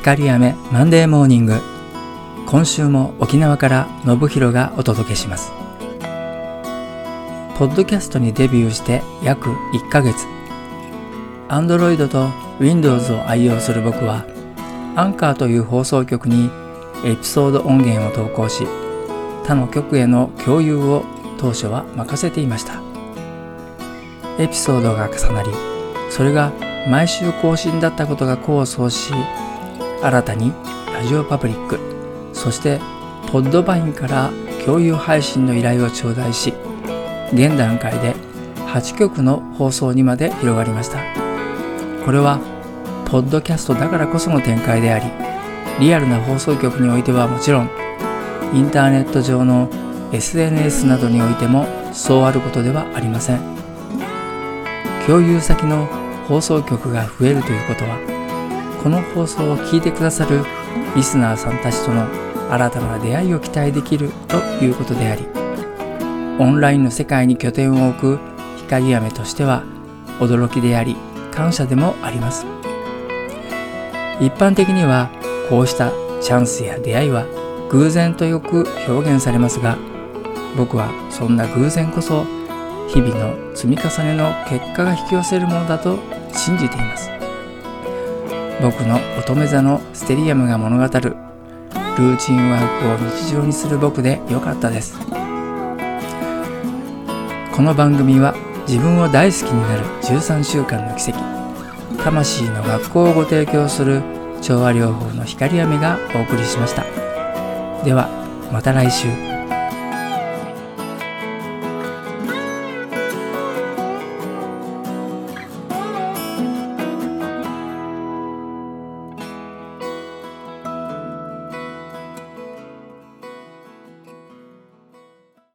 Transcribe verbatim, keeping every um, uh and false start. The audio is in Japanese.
光雨マンデーモーニング。今週も沖縄から信弘がお届けします。ポッドキャストにデビューして約いっかげつ。Android と Windows を愛用する僕は、アンカーという放送局にエピソード音源を投稿し、他の局への共有を当初は任せていました。エピソードが重なり、それが毎週更新だったことが功を奏し、新たにラジオパブリック、そしてポッドバインから共有配信の依頼を頂戴し、現段階ではちきょくの放送にまで広がりました。これはポッドキャストだからこその展開であり、リアルな放送局においてはもちろん、インターネット上の エスエヌエス などにおいてもそうあることではありません。共有先の放送局が増えるということは、この放送を聞いてくださるリスナーさんたちとの新たな出会いを期待できるということであり、オンラインの世界に拠点を置く光雨としては驚きであり感謝でもあります。一般的にはこうしたチャンスや出会いは偶然とよく表現されますが、僕はそんな偶然こそ日々の積み重ねの結果が引き寄せるものだと信じています。僕の乙女座のステリアムが物語るルーチンワークを日常にする僕でよかったです。この番組は自分を大好きになるじゅうさんしゅうかんの奇跡、魂の学校をご提供する調和療法の光雨がお送りしました。ではまた来週。